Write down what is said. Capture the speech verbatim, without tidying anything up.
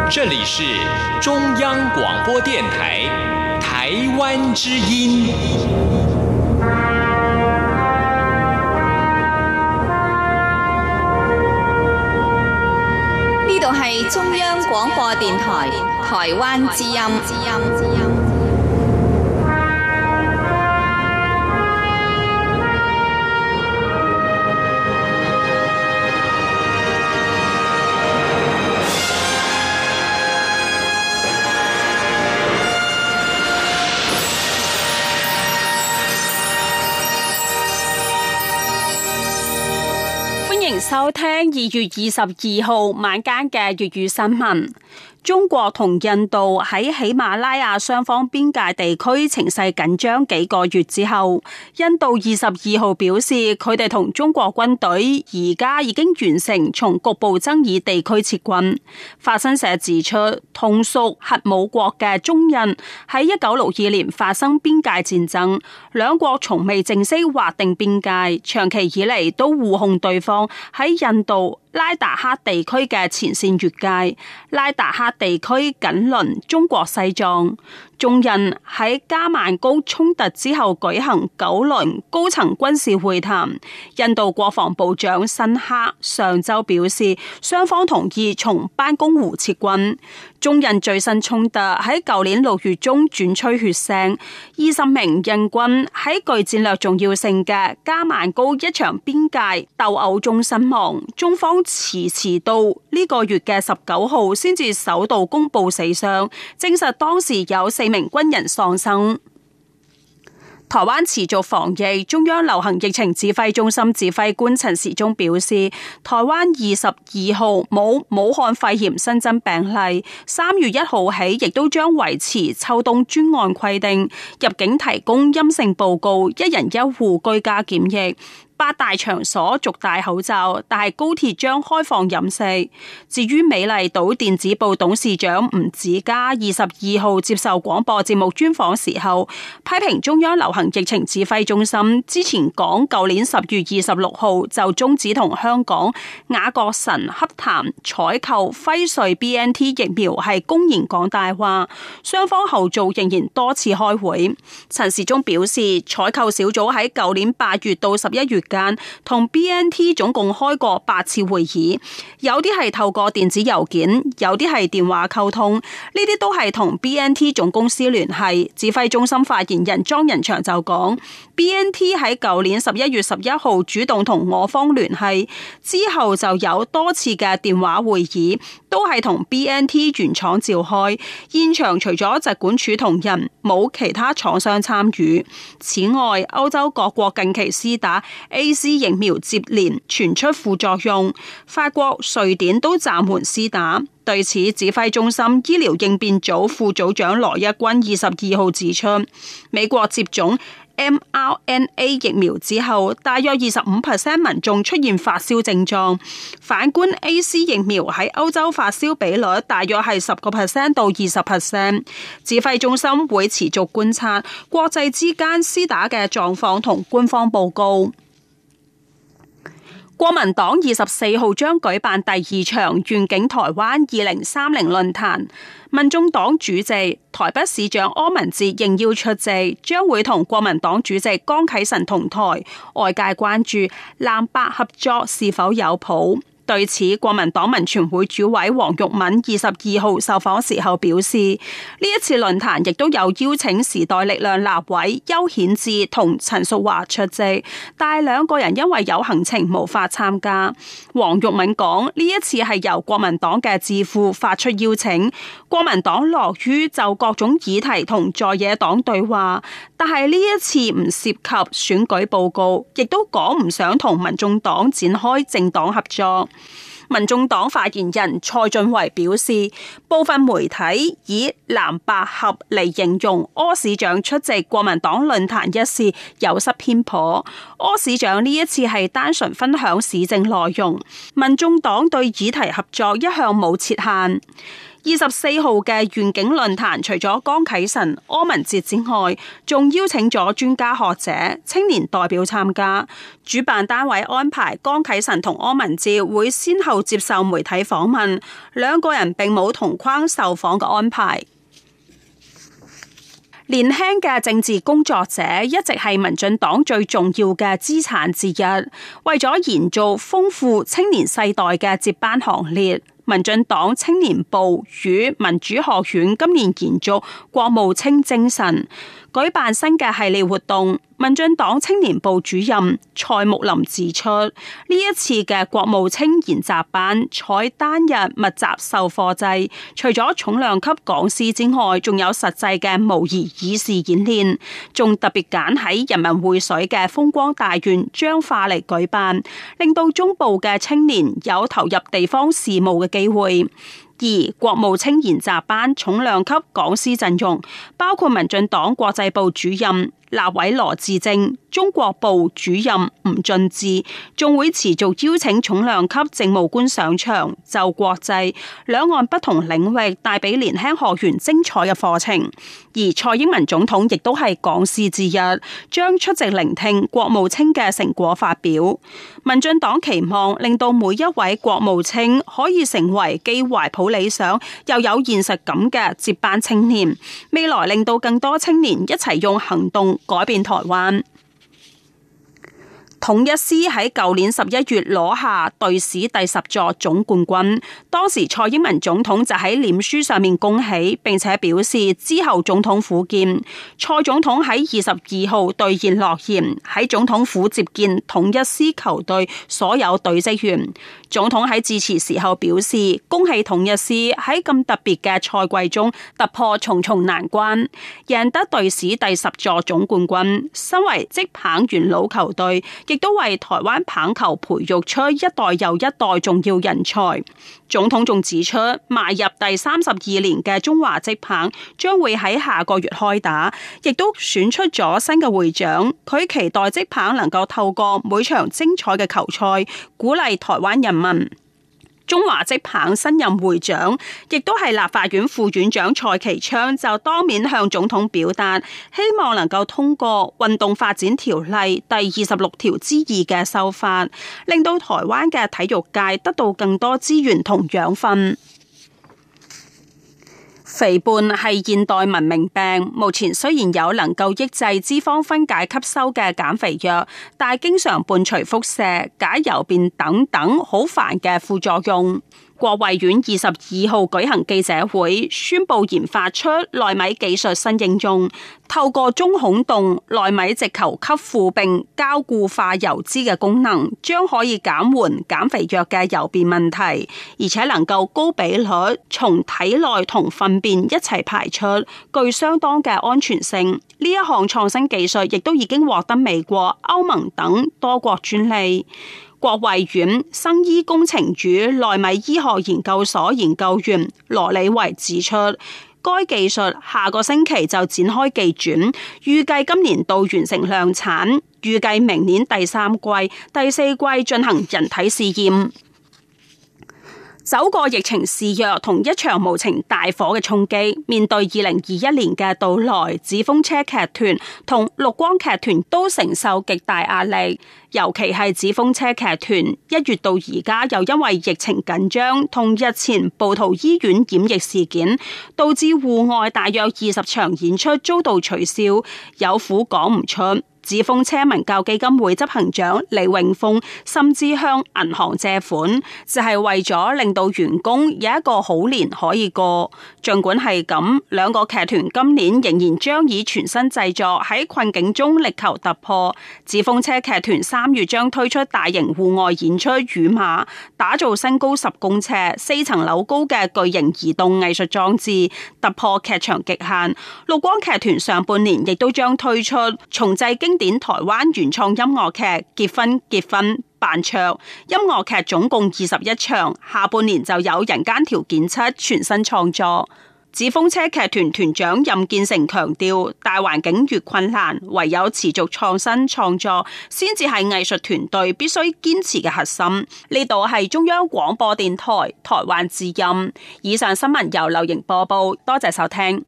这里是中央广播电台台湾之音。 呢度係中央廣播電台台灣之音。 收聽二月二十二號晚間嘅粵語新聞。中國同印度喺喜馬拉雅雙方邊界地區情勢緊張幾個月之後，印度二十二號表示，佢哋同中國軍隊而家已經完成從局部爭議地區撤軍。法新社指出，同屬核武國嘅中印喺一九六二年發生邊界戰爭，兩國從未正式劃定邊界，長期以嚟都互控對方喺印度拉達克地區嘅前線越界。拉達克地區緊鄰中國西藏，中印喺加曼谷衝突之後舉行九輪高層軍事會談。印度國防部長辛克上週表示，雙方同意從班公湖撤軍。中印最新衝突喺舊年六月中轉趨血腥，二十名印軍喺具戰略重要性嘅加曼谷一場邊界鬥毆中身亡。中方遲遲到呢個月嘅十九號先至首度公布死傷，證實當時有四名軍人喪生。台灣持續防疫，中央流行疫情指揮中心指揮官陳時中表示，台灣二十二號冇武漢肺炎新增病例，三月一號起亦都將維持秋冬專案規定，入境提供陰性報告，一人一戶居家檢疫。八大場所續戴口罩，但係高鐵將開放飲食。至於美麗島電子報董事長吳子嘉二十二號接受廣播節目專訪時候，批評中央流行疫情指揮中心之前講舊年十月二十六號就終止同香港雅國臣洽談採購輝瑞 B N T 疫苗係公然講大話，雙方後續仍然多次開會。陳時中表示，採購小組喺舊年八月到十一月間同 B N T 總共開過八次會議，有啲係透過電子郵件，有啲係電話溝通，呢啲都係同 B N T 總公司聯繫。指揮中心發言人莊人祥就講， B N T 喺舊年十一月十一號主動同我方聯繫，之後就有多次嘅電話會議，都係同 B N T 原廠召開，現場除咗疾管署同人，冇其他廠商參與。此外，歐洲各國近期施打A Z 疫苗接連傳出副作用，法國、瑞典都暫緩施打。對此，指揮中心醫療應變組副組長羅一鈞二十二號指出，美國接種 M R N A 疫苗之後，大約二十五 percent 民眾出現發燒症狀。反觀 A Z 疫苗喺歐洲發燒比率大約係十個 percent 到二十 percent。指揮中心會持續觀察國際之間施打嘅狀況同官方報告。國民黨二十四號將舉辦第二場願景台灣二零三零論壇，民眾黨主席、台北市長柯文哲應邀出席，將會同國民黨主席江啟臣同台。外界關注藍白合作是否有譜。對此，國民黨民權會主委黃玉敏二十二號受訪時候表示，呢一次論壇亦都有邀請時代力量立委邱顯智同陳淑華出席，但係兩個人因為有行程無法參加。黃玉敏講，呢一次係由國民黨嘅智庫發出邀請，國民黨樂於就各種議題同在野黨對話，但係呢一次唔涉及選舉報告，亦都講唔想同民眾黨展開政黨合作。民眾黨發言人蔡俊維表示，部分媒體以藍白合嚟形容柯市長出席國民黨論壇一事有失偏頗。柯市長呢一次係單純分享市政內容，民眾黨對議題合作一向冇設限。 二十四號嘅願景論壇，除咗江啟臣、柯文哲之外，仲邀請咗專家學者、青年代表參加。主辦單位安排江啟臣同柯文哲會先後接受媒體訪問，兩個人並冇同框受訪嘅安排。年輕嘅政治工作者一直係民進黨最重要嘅資產之一，為咗延續豐富青年世代嘅接班行列，民進黨青年部與民主學院今年延續國務卿精神，舉辦新嘅系列活動。民進黨青年部主任蔡木林指出，呢一次嘅國務卿研習班採單日密集授課制，除咗重量級講師之外，仲有實際嘅模擬議事演練，仲特別揀喺人民會水嘅風光大院彰化嚟舉辦，令到中部嘅青年有投入地方事務嘅機會。而國務卿研習班重量級講師陣容包括民進黨國際部主任立委羅致政、中國部主任吳俊志，仲會持續邀請重量級政務官上場，就國際、兩岸不同領域帶俾年輕學員精彩嘅課程。而蔡英文總統亦都係講師之一，將出席聆聽國務卿嘅成果發表。民進黨期望令到每一位國務卿可以成為既懷抱理想又有現實感嘅接班青年，未來令到更多青年一齊用行動改變台灣。統一獅喺舊年十一月攞下隊史第十座總冠軍，當時蔡英文總統就喺臉書上面恭喜，並且表示之後總統府見。蔡總統喺二十二號兌現諾言，喺總統府接見統一獅球隊所有隊職員。總統喺致辭時候表示，恭喜統一獅喺咁特別嘅賽季中突破重重難關，贏得隊史第十座總冠軍。身為職棒元老球隊，亦都為台灣棒球培育出一代又一代重要人才。總統仲指出，邁入第三十二年嘅中華職棒將會喺下個月開打，亦都選出咗新嘅會長。佢期待職棒能夠透過每場精彩嘅球賽，鼓勵台灣人民。中華職棒新任會長亦都係立法院副院長蔡其昌，就當面向總統表達，希望能夠通過運動發展條例第二十六條之二嘅修法，令到台灣嘅體育界得到更多資源同養分。肥胖係現代文明病，目前雖然有能夠抑制脂肪分解吸收嘅減肥藥，但係經常伴隨腹瀉、解油便等等好煩嘅副作用。國衛院二十二號舉行記者會，宣布研發出奈米技術新應用，透過中孔洞奈米直球吸附並膠固化油脂嘅功能，將可以減緩減肥藥嘅油便問題，而且能夠高比率從體內同糞便一齊排出，具相當嘅安全性。呢一項創新技術亦都已經獲得美國、歐盟等多國專利。國衛院生醫工程與奈米醫學研究所研究員羅里維指出，該技術下個星期就展開技轉，預計今年度完成量產，預計明年第三季、第四季進行人體試驗。走過疫情肆虐同一場無情大火嘅衝擊，面對二零二一年嘅到來，紫風車劇團同綠光劇團都承受極大壓力。尤其係紫風車劇團，一月到而家又因為疫情緊張同日前部桃醫院檢疫事件，導致戶外大約二十場演出遭到取消，有苦講唔出。紫風車文教基金會執行長李永峰甚至向銀行借款，就係為咗令到員工有一個好年可以過。儘管係咁，兩個劇團今年仍然將以全新製作喺困境中力求突破。紫風車劇團三月將推出大型戶外演出《雨馬》，打造身高十公尺、四層樓高嘅巨型移動藝術裝置，突破劇場極限。綠光劇團上半年亦都將推出重製經典台灣原創音樂劇結婚結婚辦桌音樂劇，總共二十一場，下半年就有人間條件七全新創作。 紙風車劇團團長任建成強調，大環境越困難，唯有持續創新創作，先至係藝術團隊必須堅持嘅核心。呢度係中央廣播電台台灣之音。以上新聞由劉瑩播報，多謝收聽。